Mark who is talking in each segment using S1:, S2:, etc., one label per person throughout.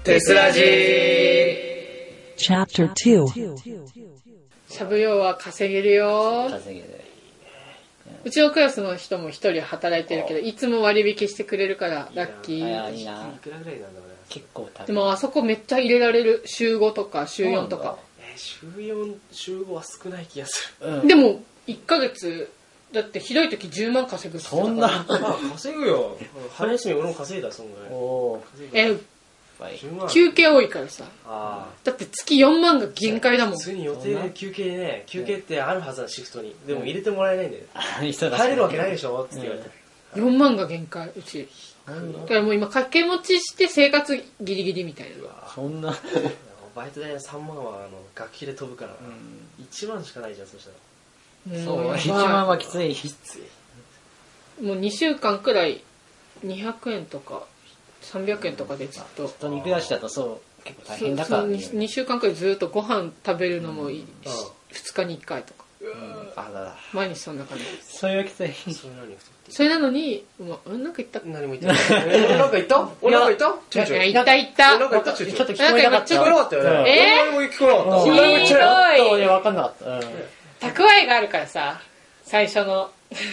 S1: テスラジー
S2: Chapter 2
S3: しゃぶ用は稼げるよ。
S1: 稼げる。
S3: うちのクラスの人も一人働いてるけど、いつも割引してくれるからラッキー。
S1: いいな。
S4: いくらぐらいなんだろうね。
S1: 結構高い。
S3: でもあそこめっちゃ入れられる。週5とか週4とか。
S4: 週4、週5は少ない気がする。
S1: うん、
S3: でも1ヶ月だってひどい時10万稼ぐって言ってたから。
S1: そんな
S4: 稼ぐよ。春休み俺も稼いだそんぐらい。
S1: お
S4: 10万。
S3: 休憩多いからさ。
S4: あ
S3: だって月4万が限界だもん。
S4: 普通に予定で休憩ね、休憩ってあるはずなシフトに。でも入れてもらえないんだよ。
S1: 入
S4: 入れるわけないでしょって言われて。
S3: 4万が限界、うち。だからもう今掛け持ちして生活ギリギリみたいな。
S1: そんな
S4: バイト代3万は学費で飛ぶから、1万しかないじゃん、そしたら。
S1: そう1万はきつい。
S3: もう2週間くらい200円とか300円とかでずっと
S1: 肉出しだとそう結構大変だからね。
S3: 2週間くらいずっとご飯食べるのも2日に1回とか、
S1: あらら。
S3: 毎日そんな感じ。
S1: それはきつい。
S4: それなのに太って
S3: それなのになんか言った
S4: 何も言ってない。俺なんか言った俺なんか言った
S3: いや言った
S4: なんか言った
S1: ちょっと聞こえなかった。
S4: 聞こえなかったよね。俺も聞こえなかった。
S3: ひどい。
S1: ちょっと俺分かんなかった。
S3: 蓄えがあるからさ、最初の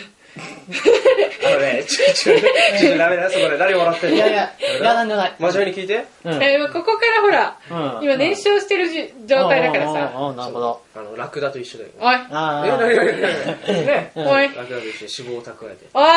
S4: ちょっとダメだよ、そこで。何笑ってんの？
S1: いや、なんでない。
S4: 真面目に聞いて。
S3: ここからほら、今燃焼してる状態だからさ。
S1: なるほど。
S4: ラクダと一緒だよ。
S3: おい。
S4: ね。
S3: おい。
S4: ラクダと一緒に脂肪を蓄えて。
S3: お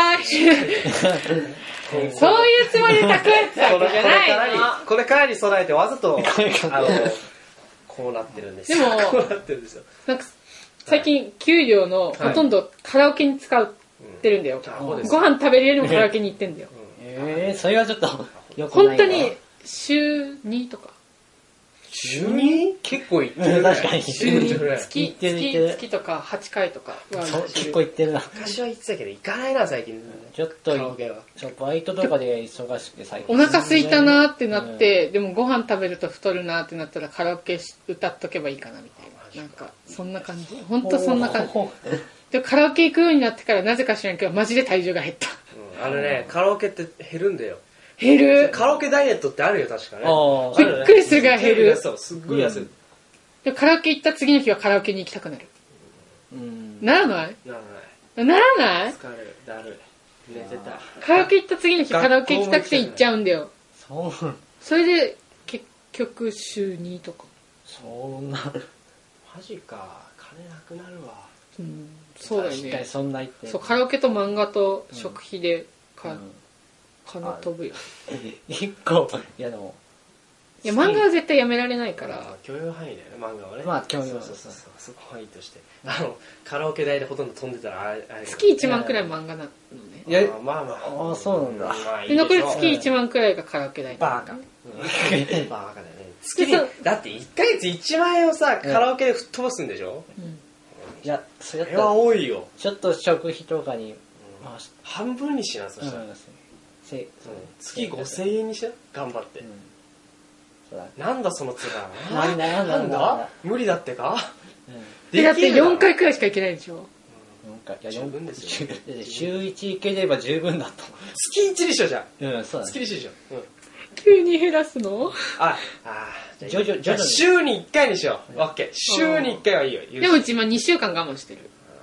S3: い。そういうつもりで蓄えてたわけじゃないの。
S4: これからに備えてわざと、こうなってるんですよ。
S3: でも、
S4: こうなってるんですよ。
S3: なんか、最近、給料のほとんどカラオケに使ってるんだよ。ご飯食べれるよりもカラオケに行ってんだよ。
S1: それはちょっとよくない。
S3: 本当に、週2とか。
S4: 週 2？ 結構行ってる。
S1: 確かに。
S3: 月とか8回とか。
S1: 結構行ってるな。
S4: 昔は行ってたけど、行かないな、最近。
S1: ちょっと、バイトとかで忙しくて最近。
S3: お腹空いたなーってなって、でもご飯食べると太るなーってなったらカラオケ歌っとけばいいかなみたいな。なんか、そんな感じ。ほんとそんな感じ。でカラオケ行くようになってからなぜか知らんけど、マジで体重が減った。
S4: カラオケって減るんだよ。
S3: 減る。
S4: カラオケダイエットってあるよ、確かね。
S3: びっくりするぐらい減る。
S4: そう、すっごい痩せる。
S3: でカラオケ行った次の日はカラオケに行きたくなる。ならない？ならない？
S4: 疲れる、だるい。寝てた。
S3: カラオケ行った次の日カラオケ行きたくて行っちゃうんだよ。それで結局週2とか。
S1: そんな。
S4: マジか、金なくなるわ。
S3: そうだよね。
S1: そんな言って。
S3: そう、カラオケと漫画と食費で金飛ぶよ。
S1: 一個、いやでも。
S3: いや、漫画は絶対やめられないから。
S4: 許容範囲だよね、漫画はね。
S1: まあ、許容。
S4: そう、そこはいいとして。カラオケ代でほとんど飛んでたら、
S3: 月1万くらい漫画なのね。
S1: いや、
S4: まあ。
S1: そうなんだ。
S3: で、残り月1万くらいがカラオケ代。
S4: バカ。バカだよね。月に、だって1ヶ月1万円をさ、カラオケで吹っ飛ばすんでしょ？
S1: いや、そ
S4: れは多いよ。
S1: ちょっと食費とかに
S4: 半分にしな、そしたら。月5000円にしな、頑張って。なんだその面。なんだ無理だってか？
S3: だって4回くらいしか行けないでしょ？
S4: 十分ですよ。
S1: 週1行ければ十分だと。
S4: 月1にしようじゃん。
S1: そうだね。
S4: 月1にしよう。
S3: 急に減らすの？
S4: 徐々に週に1回にしよう。オッケー。週に1回はいいよ。
S3: でもうち今2週間我慢してる。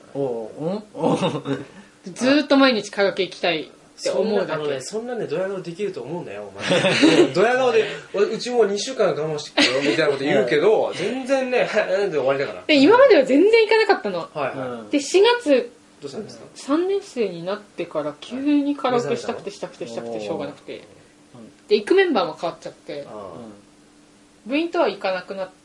S3: ずーっと毎日カラオケ行きたいって思うだけ。
S4: そんなね、ドヤ顔できると思うんだよ、お前。ドヤ顔で、うちも2週間我慢してくれよ、みたいなこと言うけど、全然ね、で終わりだから。
S3: で、今までは全然行かなかったの。で、4月、
S4: どうしたんですか
S3: ？3年生になってから急にカラオケしたくてしょうがなくて。で、行くメンバーも変わっちゃって、部員とは行かなくなって、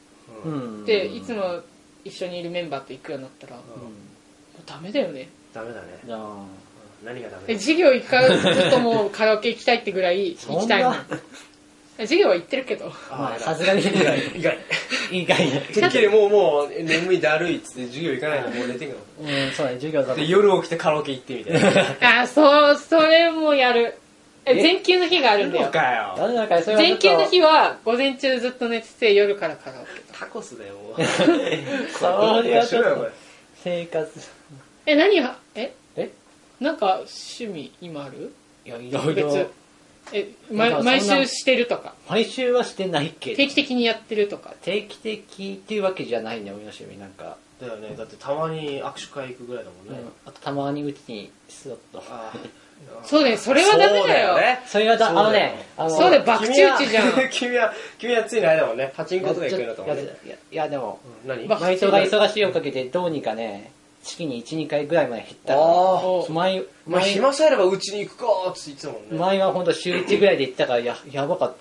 S3: いつも一緒にいるメンバーと行くようになったら、もうダメだよね。
S4: ダメだね。何がダメだ？
S3: 授業行かずっともうカラオケ行きたいってぐらい行きたいの。授業は行ってるけど。
S1: さすがに意外。
S4: てっきりもう眠いだるいっつって授業行かないのもう寝てんの。
S1: そうだね、授業だと。
S4: で、夜起きてカラオケ行ってみたいな。
S3: それもやる。全休の日があるんだよ。全休の日は午前中ずっと寝てて夜からカラオケ。
S4: タコスだよ、もう。
S1: それはちょっと生活。
S3: 何は、なんか趣味今ある？
S1: いや、いろいろ。
S3: 毎週してるとか。
S1: 毎週はしてないけど。
S3: 定期的にやってるとか。
S1: 定期的っていうわけじゃないね、俺の趣味なんか。
S4: だよね、だってたまに握手会行くぐらいだもんね。
S1: あとたまにうちにスロット。
S3: そうね、それはダメだよ。
S1: それはそう
S3: だよ、博打打ちじゃん。
S4: 君はついの間もんね、パチンコとか行くようになったもんね。
S1: いやでも、
S4: 何？
S1: バイトが忙しいおかげでどうにかね、月に 1,2 回ぐらいまで減ったから。
S4: 暇さえあればうちに行くかーって言ってたもんね。
S1: 前はほんと週1ぐらいで行ったからやばかった。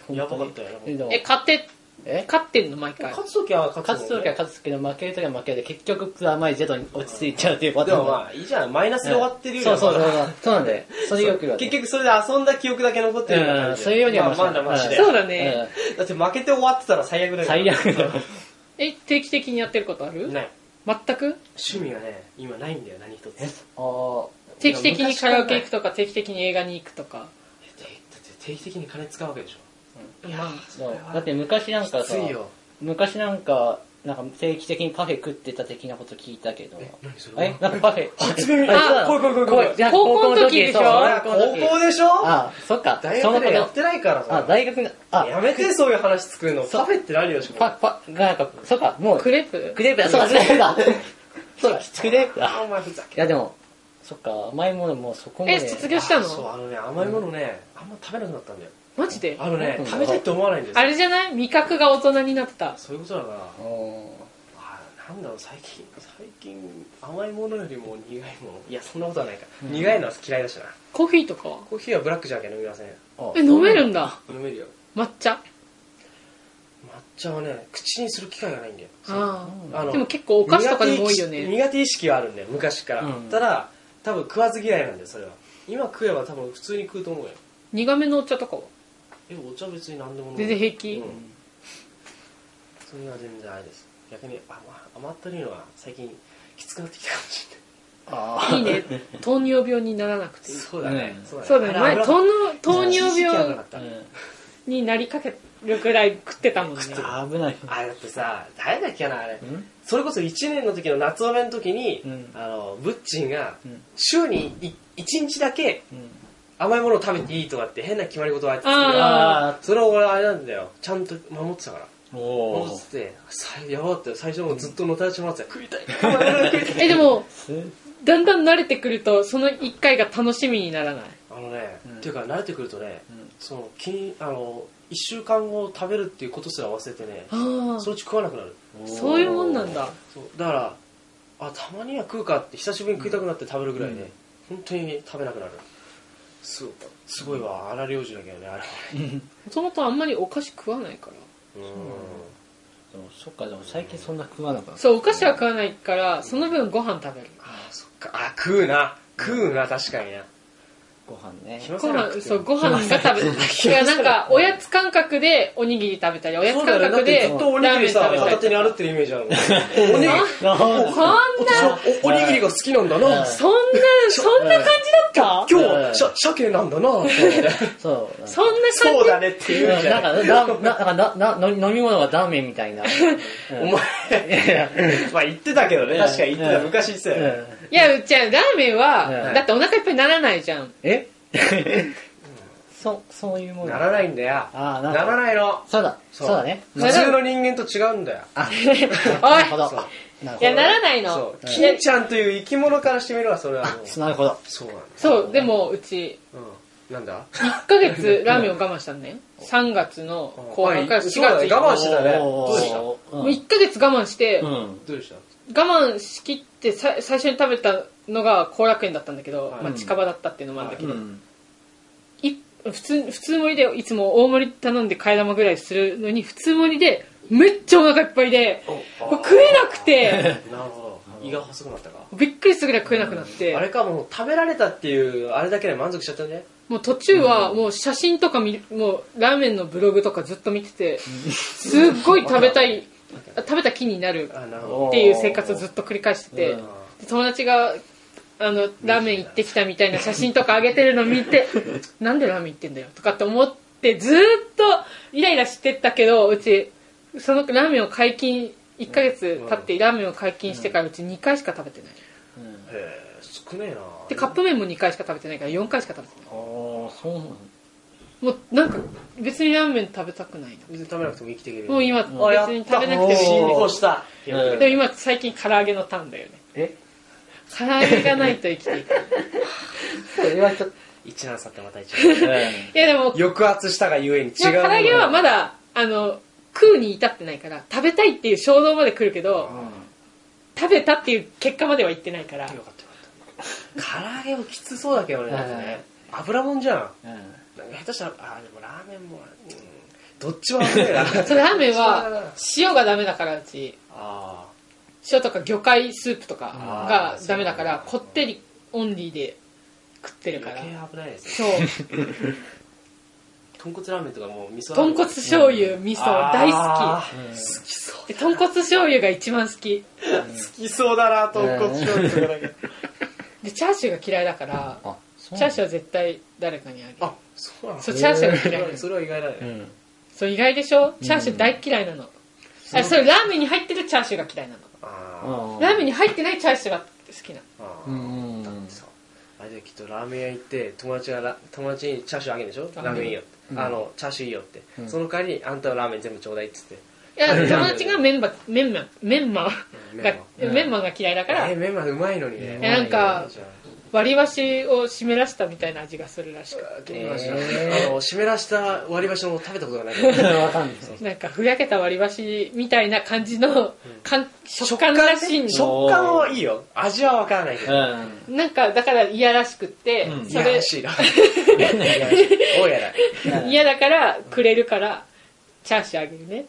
S4: やばかったよ
S3: ね。勝ってんの毎回。
S4: 勝つときは勝
S1: つけど負けるときは負けるで結局プラマイゼロに落ち着いちゃうっていうパターン。
S4: でもまあいいじゃん、マイナスで終わってるよりは。
S1: そうなんで。それよく
S4: 結局それで遊んだ記憶だけ残ってるような感じで。
S1: それよりは
S3: まだマシで。そうだね。
S4: だって負けて終わってたら最悪だよ。
S1: 最悪だよ。
S3: 定期的にやってることある？
S4: ない。
S3: 全く？
S4: 趣味はね、今ないんだよ、何一つ。
S3: 定期的にカラオケ行くとか、定期的に映画に行くとか。
S4: 定期的に金使うわけでしょ。
S1: だって昔なんかさ、なんか定期的にパフェ食ってた的なこと聞いたけど。
S4: 何それ？
S1: なんかパフェ。
S4: 初耳。怖い。
S3: 高校の時でしょ？
S4: 高校でしょ？
S1: あ、そっか。
S4: 大学でやってないからさ。
S1: 大学
S4: やめてそういう話作るの。パフェって何よしかも。
S1: なんか、そっか、もう。
S3: クレープ
S1: だ。そうだ、クレープだ。そうだ、クレープだ。
S4: お前ふざけ。
S1: いやでも、そっか、甘いものもうそこまで。
S3: 卒業したの？
S4: そう、甘いものね、あんま食べなくなったんだよ。
S3: マジで？
S4: 食べたいって思わないんですよ。
S3: あれじゃない？味覚が大人になった。
S4: そういうことだな。なんだろう、最近甘いものよりも苦いもの。いや、そんなことはないか。苦いのは嫌いだしな。
S3: コーヒーとかは？
S4: コーヒーはブラックじゃなきゃ飲みません。
S3: 飲めるんだ。
S4: 飲めるよ。
S3: 抹茶
S4: はね、口にする機会がないんだよ。
S3: でも結構お菓子とかでも多いよね。
S4: 苦手意識はあるんだよ、昔から。ただ、多分食わず嫌いなんだよ、それは。今食えば多分普通に食うと思うよ。
S3: 苦めのお茶とかは？
S4: お茶別に何でも飲む。
S3: 全然平気？
S4: それは全然あれです。逆に甘ったるいのは最近きつくなってきたかもし
S3: れない。いいね。糖尿病にならなくていい。
S4: そうだね。
S3: そうだね。前糖尿病になりかけるくらい食ってたもんね。
S1: 危ない。
S4: あれだってさ、誰だっけなあれ。それこそ1年の時の夏おめの時に、ブッチンが週に1日だけ甘いものを食べていいとかって変な決まり事をやってたけど、それを俺あれなんだよ。ちゃんと守ってたから。守ってて、やばって最初もずっとのたらしもらってた。食いたい。
S3: でも、だんだん慣れてくると、その1回が楽しみにならない？
S4: っていうか慣れてくるとね、1週間後食べるっていうことすら忘れてね、そのうち食わなくなる。
S3: そういうもんなんだ。
S4: だからたまには食うかって久しぶりに食いたくなって食べるぐらいで、本当に食べなくなる。すごいわ、荒療治だけどね、あれは。
S3: もともとあんまりお菓子食わないから。
S1: そっか、でも最近そんな食わなかった。
S3: そう、お菓子は食わないから、その分ご飯食べる。
S4: そっか。食うな、確かにな。
S1: ご飯ね。
S3: ご飯が食べる。いや、なんか、おやつ感覚でおにぎり食べたり、おやつ感覚で
S4: ずっとおにぎりさ、片手に歩ってるイメージあるもん。おにぎりが好きなんだな。
S3: そんな感じだった
S4: 今日、鮭なんだな。
S3: そんな感じ。
S4: そうだねって言うじゃん。
S1: なんか飲み物がラーメンみたいな。
S4: お前、まあ言ってたけどね。確かに言ってた。昔言ってたよ。
S3: いや、うちはラーメンは、だってお腹いっぱいにならないじゃん。
S1: そういうもの
S4: ならないんだよ。ならないの。
S1: そうだね。
S4: 普通の人間と違うんだよ。
S3: おい。いや、ならないの。
S4: 金ちゃんという生き物からしてみればそれはもう。
S1: なるほど。
S3: そう、でもうち、
S4: なんだ
S3: ?1 ヶ月ラーメンを我慢したんね。3月の後半から4月。
S4: 我慢してたね。どうでした？
S3: もう1ヶ月我慢して、
S4: どうでした？
S3: 我慢しきって最初に食べたのが後楽園だったんだけど、近場だったっていうのもあるんだけど、普通盛りでいつも大盛り頼んで替え玉ぐらいするのに普通盛りでめっちゃお腹いっぱいで食えなくて
S4: なるほど、胃が細くなったか。
S3: びっくりするぐらい食えなくなって、
S4: あれか、もう食べられたっていうあれだけで満足しちゃったね。
S3: もう途中はもう写真とかもうラーメンのブログとかずっと見てて、すっごい食べた気になるっていう生活をずっと繰り返してて、友達がラーメン行ってきたみたいな写真とか上げてるの見てなんでラーメン行ってんだよとかって思ってずっとイライラしてたけど、うちそのラーメンを解禁1ヶ月経ってラーメンを解禁してからうち2回しか食べてない。
S4: へえ、少ねえな。
S3: でカップ麺も2回しか食べてないから4回しか食べてない。
S1: そうなん
S3: もうなんか別にラーメン食べたくないの。
S4: 別に食べなくても生きていける。
S3: もう今別に食べなくてもいい。
S4: 進歩した。
S3: でも今最近唐揚げのターンだよね。唐揚げがないと生きていく。
S1: それはちょっと
S4: 一難去ってまた一難。
S3: いやでも
S4: 抑圧したがゆえに違う。
S3: 唐揚げはまだ食うに至ってないから食べたいっていう衝動まで来るけど、食べたっていう結果までは行ってないから。よかったよ
S4: かった。唐揚げもきつそうだけどね。油もんじゃん。下手したらでもラーメンもどっちも危ないな。
S3: それラーメンは塩がダメだからうち。塩とか魚介スープとかがダメだからこってりオンリーで食ってるから。
S4: 余計危ないですね。そう。豚骨ラーメンとかもう味噌。
S3: 豚骨醤油味噌大好
S4: き。好きそう。
S3: で豚骨醤油が一番好き。
S4: 好きそうだな豚骨醤油とかだけ。
S3: でチャーシューが嫌いだから。チャーシューは絶対誰かにあげる。
S4: そうなの。
S3: そうチャーシューが嫌い。
S4: それは意外だね。
S3: そう意外でしょ。チャーシュー大嫌いなの。それラーメンに入ってるチャーシューが嫌いなの。ラーメンに入ってないチャーシューが好きなの。
S4: あれできっとラーメン屋行って友達にチャーシューあげるでしょ。ラーメンいいよ。チャーシューいいよって。その代わりあんたはラーメン全部ちょうだいっつって。
S3: いや友達がメンマが嫌いだから。
S4: メンマうまいのにね。
S3: なんか割り箸を湿らしたみたいな味がするらしくて、
S4: 湿らした割り箸も食べたことがない
S3: なんかふやけた割り箸みたいな感じの食感らしいの。
S4: 食感はいいよ、味は分からないけど、
S3: なんかだから嫌らしくって、
S4: それ嫌らしいな
S3: 嫌だからくれるからチャーシューあげるねって。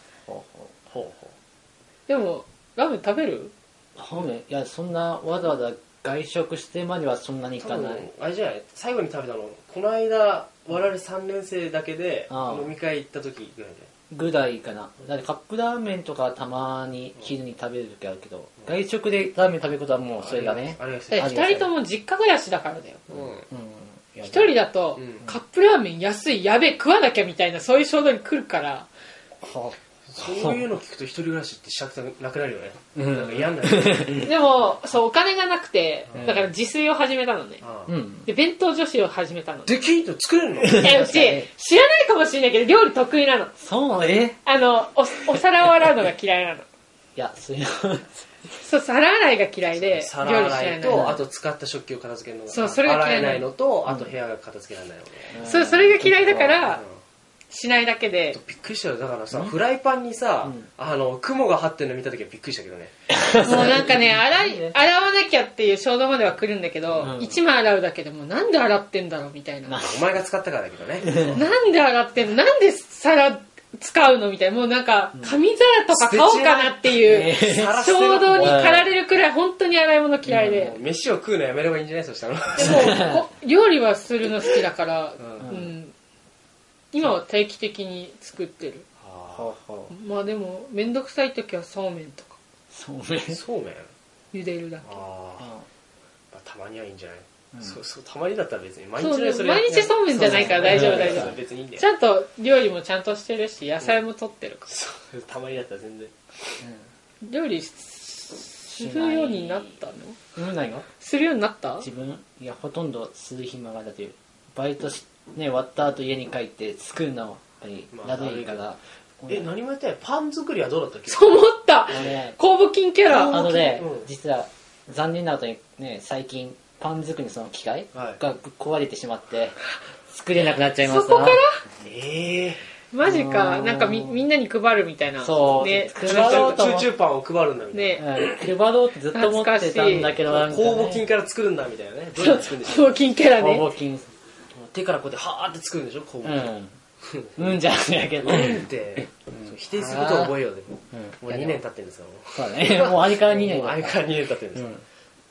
S3: でもラーメン食べる？
S1: ラーメンいやそんなわざわざ外食してまではそんなにいかない。
S4: あれじゃない、最後に食べたのこの間我々3年生だけで飲み会行った時ぐらいで
S1: ぐらいかな。だってカップラーメンとかたまに昼に食べる時あるけど、外食でラーメン食べることはもうそれがね。
S3: 2人とも実家暮らしだからだよ。1人だとカップラーメン安い、やべえ食わなきゃみたいなそういう衝動に来るから。
S4: そういうの聞くと一人暮らしってしたくなくなるよね。なんか嫌になる。
S3: でもそうお金がなくてだから自炊を始めたのね。で弁当女子を始めたの。
S4: できんの作れるの？
S3: うち知らないかもしれないけど料理得意なの。
S1: そう
S3: お皿を洗うのが嫌いなの。い
S1: や
S3: そう皿洗いが嫌いで
S4: 皿洗いとあと使った食器を片付けるのが
S3: それが嫌
S4: いないのとあと部屋が片付けられない
S3: の。それが嫌いだからしないだけで。
S4: びっくりしたよ。だからさフライパンにさ雲が張ってるの見た時はびっくりしたけどね。
S3: もうなんかね洗わなきゃっていう衝動までは来るんだけど、1枚洗うだけでもなんで洗ってんだろうみたいな。
S4: お前が使ったからだけどね。
S3: なんで洗ってんの、なんで皿使うのみたいな。もうなんか紙皿とか買おうかなっていう衝動に駆られるくらい本当に洗い物嫌いで。
S4: 飯を食うのやめればいいんじゃない？そしたら。
S3: でも料理はするの好きだから今は定期的に作ってる。まあでもめんどくさい時はそうめんとか。
S4: そうめん
S3: 茹でるだけ。
S4: たまにはいいんじゃない？そうたまにだったら別に毎
S3: 日そうめんじゃないから大丈夫大丈夫。
S4: 別にいいんだよ。
S3: ちゃんと料理もちゃんとしてるし野菜も取ってるか
S4: ら。たまにだったら全然。
S3: 料理するようになったの？
S1: 何が？す
S3: るようになった？
S1: 自分いやほとんどする暇がだってバイト終わった後家に帰って作るのはやっぱりだるいから。
S4: 何もやってない？パン作りはどうだったっけ？
S3: そう思った。酵母菌キャラ。
S1: 実は残念なことにね最近パン作りのその機械が壊れてしまって作れなくなっちゃいました。
S3: そこから？マジか。なんかみんなに配るみたいな。
S1: そう。
S3: ね。
S4: チューチューパンを配るんだみたいな。
S1: ね。配ろうってずっと思ってたんだけどなんかね。
S4: 酵母菌から作るんだみたいなね。どうやって作るんでしょう？
S3: 酵母菌キャラね。
S1: 酵母菌。
S4: 手からこうやってはーって作るんでしょ？酵母菌。
S1: じゃないけど。
S4: って否定することを覚えようでもう2年経ってるんですよ。
S1: そうね。もうあれから2年。
S4: あれから2年経ってるんですよ。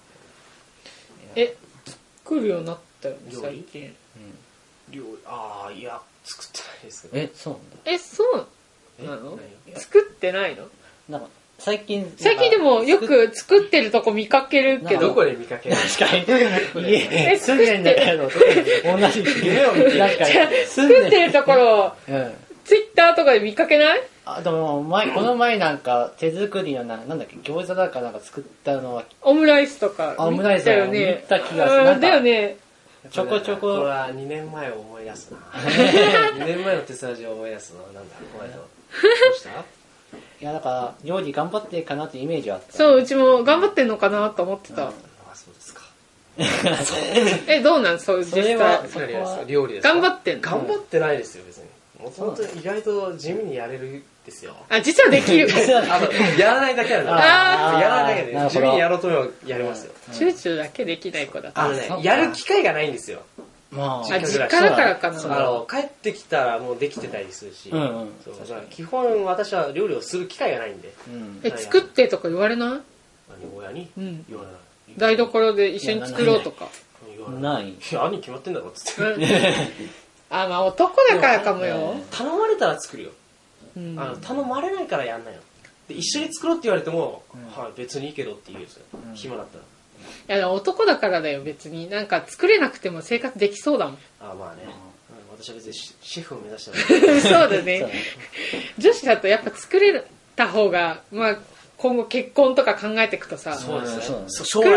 S3: 作るようになったよね最近。
S4: 料理いや作ってないですけど。
S1: そうなん
S3: だ。そうなの？作ってないの？
S1: なんか最近
S3: でもよく作ってるとこ見かけるけど。
S4: どこで見かける？
S1: 確かに。住んでんだけど同じ夢を見て
S3: 作ってるところツイッターとかで見かけない？
S1: でもこの前なんか手作りのなんだっけ餃子だかなんか作ったのは
S3: オムライスとか
S1: オムライスだよね。見た気がする。
S3: だよね。
S1: ちょこちょこ。
S4: これは2年前を思い出すな。2年前のテスラジを思い出すの。なんだ、この間。どうした？
S1: いや、だから、料理頑張ってかなってイメージはあった。
S3: そう、うちも頑張ってんのかなと思ってた。
S4: あ、そうですか。
S3: どうなんそう、実際。
S4: 料理ですか？
S3: 頑張ってんの？
S4: 頑張ってないですよ、別に。本当に意外と地味にやれるんですよ。
S3: あ、実はできる。
S4: やらないだけなんだ。やらないだけで、地味にやろうと思えばやれますよ。
S3: 躊躇だけできない子だった。
S4: やる機会がないんですよ。
S3: 実家だからかな。
S4: 帰ってきたらもうできてたりするし、基本私は料理をする機会がないんで。
S3: 作ってとか言われない？
S4: 親に言われない。
S3: 台所で一緒に作ろうとか。
S1: ない。
S4: いや、兄決まってんだろっつって。
S3: まあ男だからかもよ。
S4: 頼まれたら作るよ。頼まれないからやんないよ。で一緒に作ろうって言われても、はい、別にいいけどって言うんですよ。暇だったら。
S3: いや、男だからだよ、別に。なんか作れなくても生活できそうだもん。
S4: まあね。私は別にシェフを目指して
S3: る。そうだね。女子だとやっぱ作れた方が、まあ、今後結婚とか考えていくとさ。
S4: そうですね。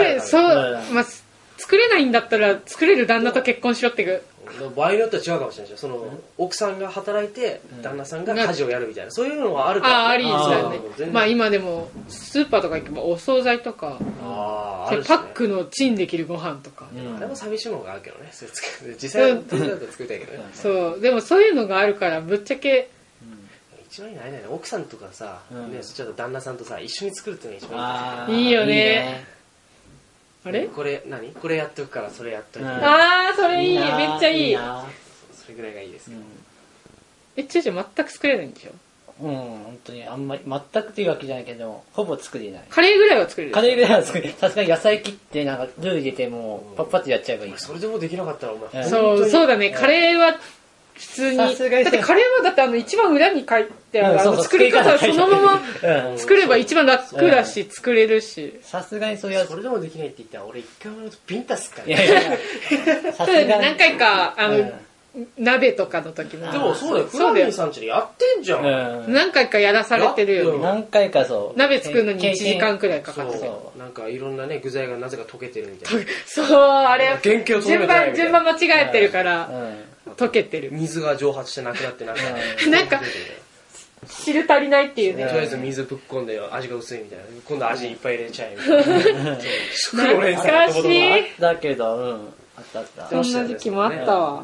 S3: 作れないんだったら作れる旦那と結婚しろっていう。
S4: 場合によっては違うかもしれないですよ。奥さんが働いて旦那さんが家事をやるみたいな、そういうのはあるから。
S3: ありですよね。まあ今でもスーパーとか行けばお惣菜とかパックのチンできるご飯とか。
S4: あれも寂しいものがあるけどね。実際は作りたいけどね。
S3: そうでもそういうのがあるからぶっちゃけ
S4: 一番いいのないね。奥さんとかさ、ちょっと旦那さんとさ一緒に作るっていうのが一番
S3: いい。いいよね。あれ？
S4: これこれやっとくからそれやっといて。
S3: それいい。めっちゃいい。
S4: それぐらいがいいですけど。
S3: チューチュー全く作れないんでしょ？
S1: 本当にあんまり全くっていうわけじゃないけどほぼ作れない。
S3: カレーぐらいは作れる。
S1: カレーぐらいは作れる。さすがに野菜切ってなんかルー入れてもパッパッとやっちゃえばいい。
S4: それでもできなかったらお前。
S3: そうだね。カレーは普通に。だってカレーはだって一番裏に書いてある作り方はそのまま作れば一番楽だし作れるし。
S1: さすがにそういうやつ。
S4: それでもできないって言ったら俺一回もビンタすっからね。
S3: 何回か鍋とかの時も。
S4: でもそうだよ。フラミーさんちでやってんじゃん。
S3: 何回かやらされてるよね。
S1: 何回かそう。
S3: 鍋作るのに1時間くらいかかって。
S4: なんかいろんなね具材がなぜか溶けてるみたいな。
S3: そうあれ順番間違えてるから溶けてる。
S4: 水が蒸発してなくなってなん
S3: か汁足りないっていうね。
S4: とりあえず水ぶっ込んで味が薄いみたいな。今度味いっぱい入れちゃえみたいな。
S3: 懐かしい。
S1: あったけど、あった。
S3: そんな時期もあったわ。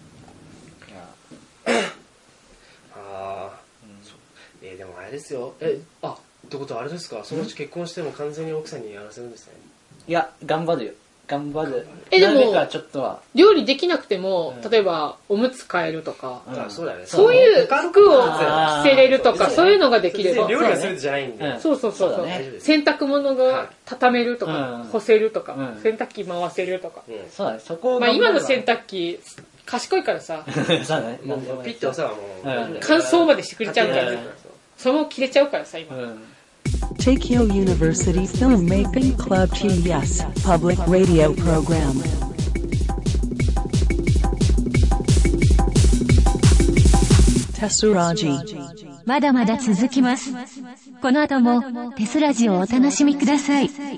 S4: でもあれですよ。ってことはあれですか？そのうち結婚しても完全に奥さんにやらせるんですね。
S1: いや、頑張るよ。頑張る。
S3: でも
S1: ちょっとは
S3: 料理できなくても、例えばおむつ替えるとか、
S4: そう
S3: いう服を着せれるとか、そういうのができれば。
S4: 料理が全てじゃないんで。
S3: そう。洗濯物が畳めるとか、干せるとか、洗濯機回せるとか。
S1: そうだね。そこ。
S3: まあ今の洗濯機賢いからさ。
S1: そうだね。
S4: ピッて押せばもう
S3: 乾燥までしてくれちゃうからね。そのまま切れちゃうからさ今。
S2: Tokyo University Filmmaking Club TES Public Radio Program. Tesuraji
S5: まだまだ続きます。この後もテスラジをお楽しみください。